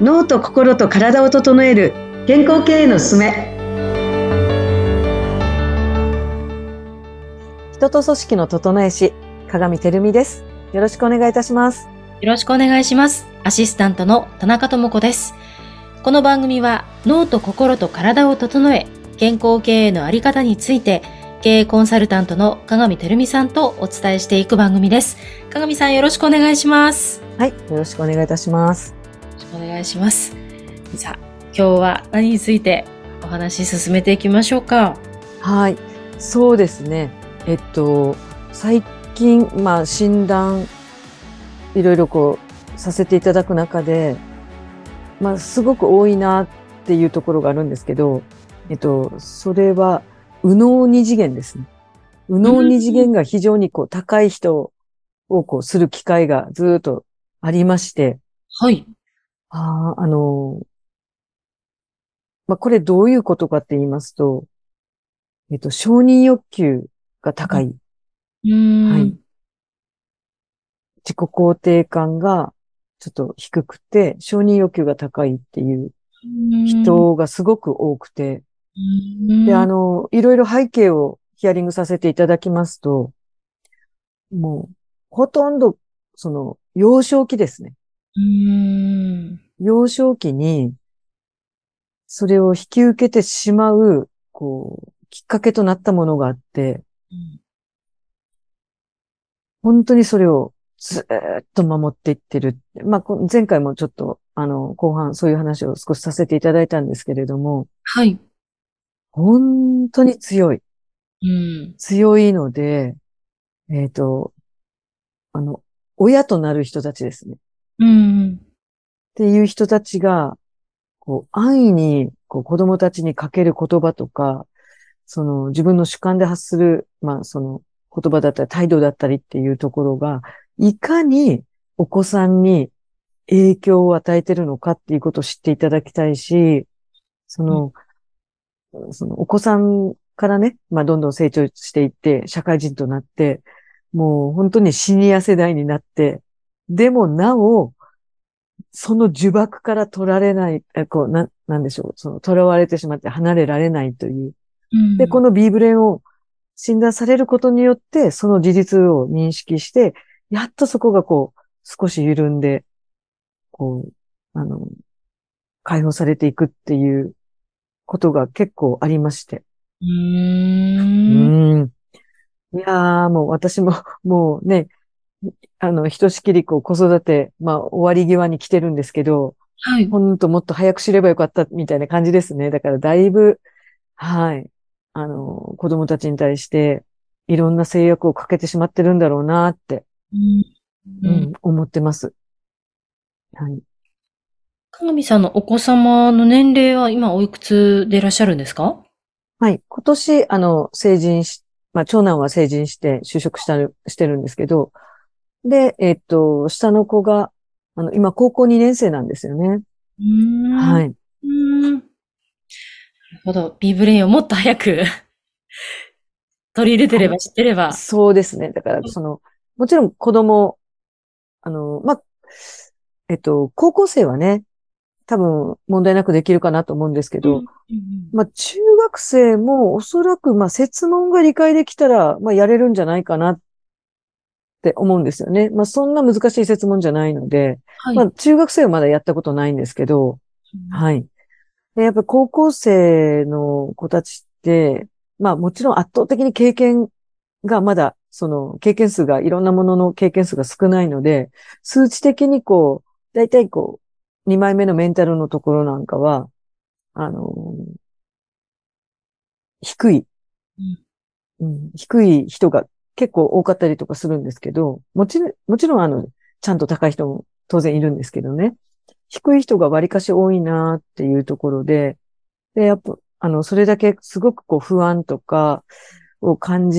脳と心と体を整える健康経営のすすめ。人と組織の整え師、鏡てるみです。よろしくお願いいたします。 よろしくお願いします。アシスタントの田中智子です。この番組は脳と心と体を整え、健康経営のあり方について、経営コンサルタントの鏡てるみさんとお伝えしていく番組です。鏡さん、よろしくお願いします。 はい、よろしくお願いいたします。 よろしくお願いします。さあ、今日は何についてお話し進めていきましょうか。 はい、そうですね。最近、診断、いろいろさせていただく中で、すごく多いなっていうところがあるんですけど、それは、右脳二次元ですね。右脳二次元が非常に高い人をする機会がずっとありまして、 はい。 これどういうことかって言いますと、承認欲求が高い。はい。自己肯定感がちょっと低くて、承認欲求が高いっていう人がすごく多くて、で、いろいろ背景をヒアリングさせていただきますと、もう、ほとんど、幼少期ですね。幼少期に、それを引き受けてしまう、きっかけとなったものがあって、本当にそれをずーっと守っていってる。前回もちょっと、後半そういう話を少しさせていただいたんですけれども、 はい。 本当に強い。強いので、えっと、あの、親となる人たちですね。っていう人たちが、安易に、子供たちにかける言葉とか、自分の主観で発する、言葉だったり、態度だったりっていうところが、いかにお子さんに影響を与えてるのかっていうことを知っていただきたいし、お子さんからね、どんどん成長していって、社会人となって、もう本当にシニア世代になって、でもなお、その呪縛から取られない、なんでしょう、囚われてしまって離れられないという。で、この B ブレンを診断されることによって、その事実を認識して、やっとそこが少し緩んで、こう、あの、解放されていくっていうことが結構ありまして。うん。いやー、もう私も、もうね、ひとしきり子育て、終わり際に来てるんですけど、 はい。 ほんともっと早く知ればよかったみたいな感じですね。だからだいぶ、はい、子供たちに対して、いろんな制約をかけてしまってるんだろうなって、思ってます。はい。 鏡さんのお子様の年齢は今おいくつでいらっしゃるんですか？ はい。今年、成人し、長男は成人して就職してるんですけど、で、下の子が、今高校2年生なんですよね。はい。 なるほど。B ブレインをもっと早く取り入れてはい。 れば知ってれば。 そうですね。だから、もちろん子供、あの、ま、高校生はね、多分問題なくできるかなと思うんですけど、中学生もおそらく、設問が理解できたら、やれるんじゃないかなって思うんですよね。そんな難しい設問じゃないので、 はい。 中学生はまだやったことないんですけど、はい。で、やっぱり高校生の子たちって、もちろん圧倒的に経験がまだ、経験数が、いろんなものの経験数が少ないので、数値的にだいたい2枚目のメンタルのところなんかは、あの、低い、低い人が結構多かったりとかするんですけど、もちろんちゃんと高い人も当然いるんですけどね。低い人が割かし多いなっていうところで、で、やっぱ、それだけすごく不安とかを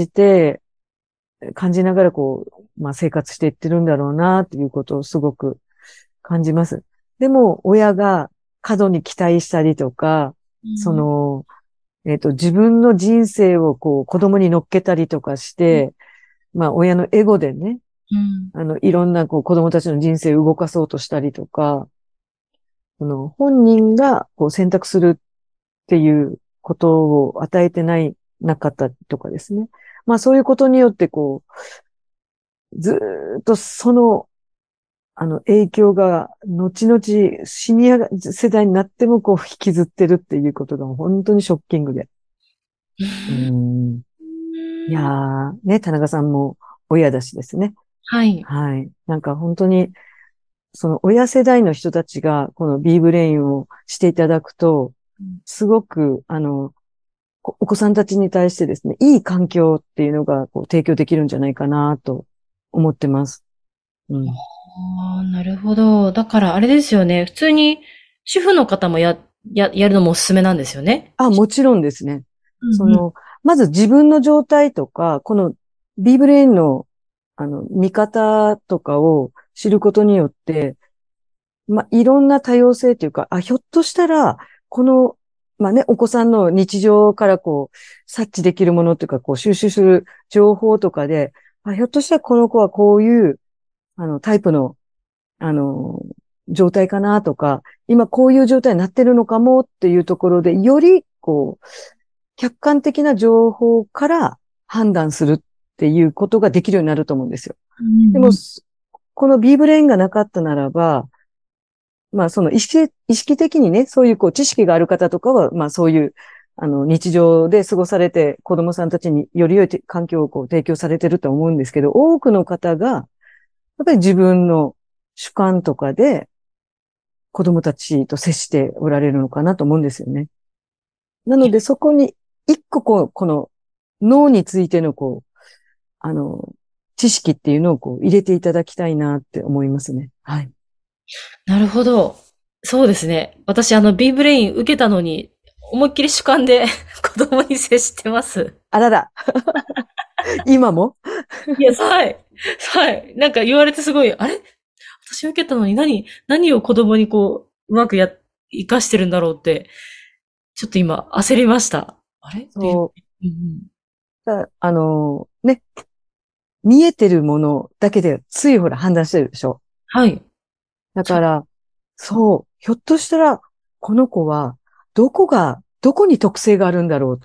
感じながら生活していってるんだろうなっていうことをすごく感じます。でも、親が過度に期待したりとか、自分の人生を子供に乗っけたりとかして、親のエゴでね、いろんな子供たちの人生を動かそうとしたりとか、 この本人がこう選択するっていうことを与えてなかったとかですね。まあそういうことによってこう、ずーっとその、影響が後々シニア世代になってもこう引きずってるっていうことが本当にショッキングで。うーん。いやー、ね、田中さんも親だしですね。 はい。 はい。なんか本当に、その親世代の人たちがこの B ブレインをしていただくと、すごく、お子さんたちに対してですね、いい環境っていうのがこう提供できるんじゃないかなと思ってます。うん。 ああ、なるほど。だからあれですよね。普通に主婦の方もやるのもおすすめなんですよね。 あ、もちろんですね。 うんうん。 まず自分の状態とか、この B ブレインの、見方とかを知ることによって、まあ、いろんな多様性というか、あ、ひょっとしたら、この、まあね、お子さんの日常からこう、察知できるものというか、こう、収集する情報とかで、あ、ひょっとしたらこの子はこういう、タイプの、あの、状態かなとか、今こういう状態になってるのかもっていうところで、より、こう、客観的な情報から判断するっていうことができるようになると思うんですよ。でも、 うんうん。 この B ブレインがなかったならば、まあ、その意識的にね、そういうこう知識がある方とかは、まあそういう、日常で過ごされて、子供さんたちにより良い環境をこう提供されてると思うんですけど、多くの方が、やっぱり自分の主観とかで子供たちと接しておられるのかなと思うんですよね。なのでそこに一個この脳についてのあの、知識っていうのをこう入れていただきたいなって思いますね。はい。 なるほど。そうですね。私、B ブレイン受けたのに、思いっきり主観で子供に接してます。 あらら、今もいや、はい。はい。なんか言われてすごい、あれ私受けたのに何を子供にこう、うまく活かしてるんだろうって、ちょっと今焦りました。あれ ?B そう、 うんうん。 ね、見えてるものだけでついほら判断してるでしょ。 はい。そう。 だから、そう、ひょっとしたら、この子は、どこに特性があるんだろう。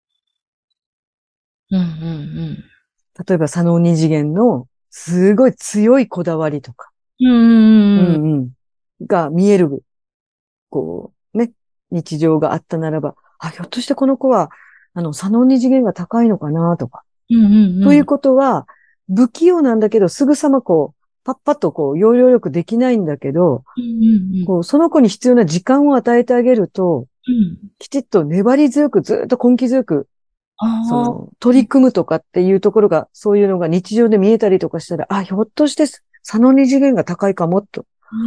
うんうん例えば、左脳二次元の、すごい強いこだわりとか、 うん。うんううんうん。 んうん、が見える、ね、日常があったならば、あ、ひょっとしてこの子は、左脳二次元が高いのかなとか。 うんうんうん。 ということは、不器用なんだけど、すぐさまパッパッと要領よくできないんだけど、 うんうんうん。 その子に必要な時間を与えてあげると、 うん。 きちっと粘り強く、ずっと根気強く、 ああ。 取り組むとかっていうところが、そういうのが日常で見えたりとかしたら、あ、ひょっとして、佐野二次元が高いかも、とうん。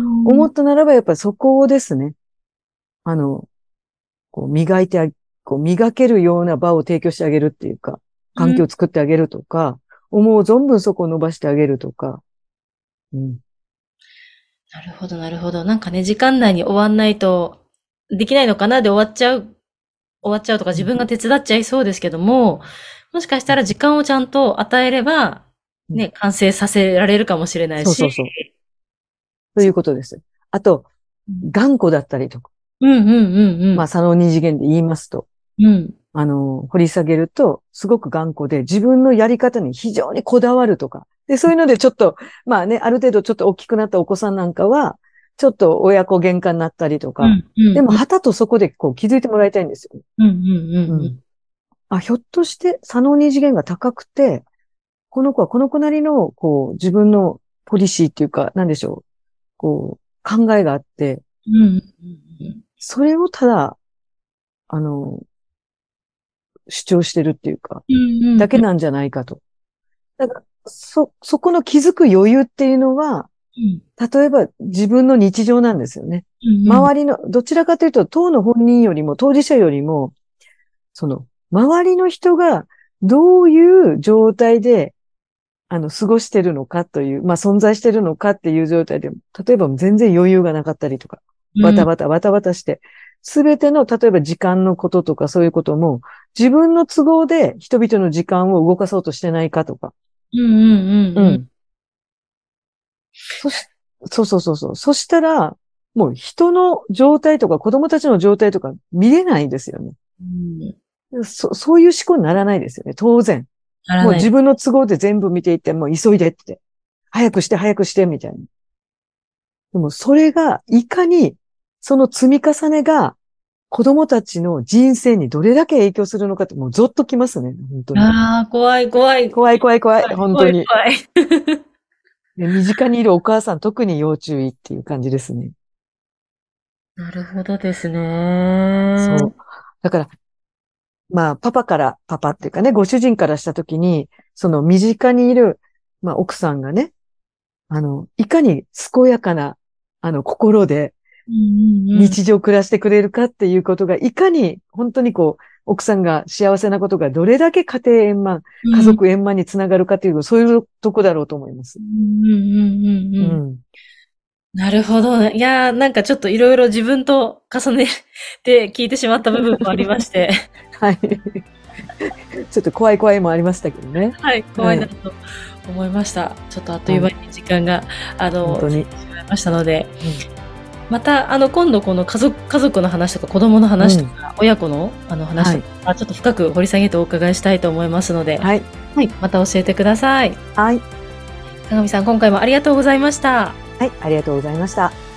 思ったならば、やっぱりそこをですね、あの、こう、磨いてあ、こう、磨けるような場を提供してあげるっていうか、環境を作ってあげるとか、思う存分そこを伸ばしてあげるとか、うん。 なるほど、なるほど。なんかね、時間内に終わんないと、できないのかなで終わっちゃうとかうん。 自分が手伝っちゃいそうですけども、もしかしたら時間をちゃんと与えれば、 うん。 ね、完成させられるかもしれないし、 そうそうそう。といそうことです。あと、 うん、 頑固だったりとか、 うんうんうんうまあ、 ん。 佐野二次元で言いますと、 うん。 掘り下げると、すごく頑固で、自分のやり方に非常にこだわるとか。で、そういうのでちょっと、まあね、ある程度ちょっと大きくなったお子さんなんかは、ちょっと親子喧嘩になったりとか。 うんうんでも、 うん。 はたとそこで気づいてもらいたいんですよ。 うんうんうんうん。 うん。あ、ひょっとして、左脳二次元が高くて、この子はこの子なりの、自分のポリシーっていうか、なんでしょう。考えがあって、 うんうんうん。 それをただ、あの、主張してるっていうか、 うんうんうん。 だけなんじゃないかと。だから、そこの気づく余裕っていうのは、 うん例えば自分の日常なんですよね。 うんうん。 周りの、どちらかというと、当の本人よりも、当事者よりも、周りの人がどういう状態で、過ごしてるのかという、まあ、存在してるのかっていう状態で、例えば全然余裕がなかったりとか、 うんバタバタバタバタして、すべての、例えば時間のこととかそういうことも、自分の都合で人々の時間を動かそうとしてないかとか、 うんうんうん。 うん。そし、そうそうそうそう。そしたら、 もう人の状態とか子供たちの状態とか見れないですよね。そういう思考にならないですよね。当然。もう自分の都合で全部見ていって、もう急いでって。早くして早くしてみたいな。でもそれがいかにその積み重ねが子供たちの人生にどれだけ影響するのかってもうゾッときますね。本当に。 ああ、怖い怖い。 怖い怖い怖い。本当に。 怖い。 身近にいるお母さん特に要注意っていう感じですね。 なるほどですね。 そう。だから、まあ、パパっていうかね、ご主人からしたときに、その身近にいる、まあ、奥さんがね、いかに健やかな、心で日常を暮らしてくれるかっていうことが、いかに、本当に奥さんが幸せなことがどれだけ家庭円満、家族円満につながるかっていう、そういうとこだろうと思います。 なるほどね。いやー、なんかちょっといろいろ自分と重ねて聞いてしまった部分もありまして。 はい。ちょっと怖い怖いもありましたけどね。 はい、怖いなと思いました。ちょっとあっという間に時間が、 本当に。 しまいましたので、また、今度この家族の話とか子供の話とか、親子の話とか、ちょっと深く掘り下げてお伺いしたいと思いますので、はい。はい、また教えてください。 はい。 鏡さん、今回もありがとうございました。 はい、ありがとうございました。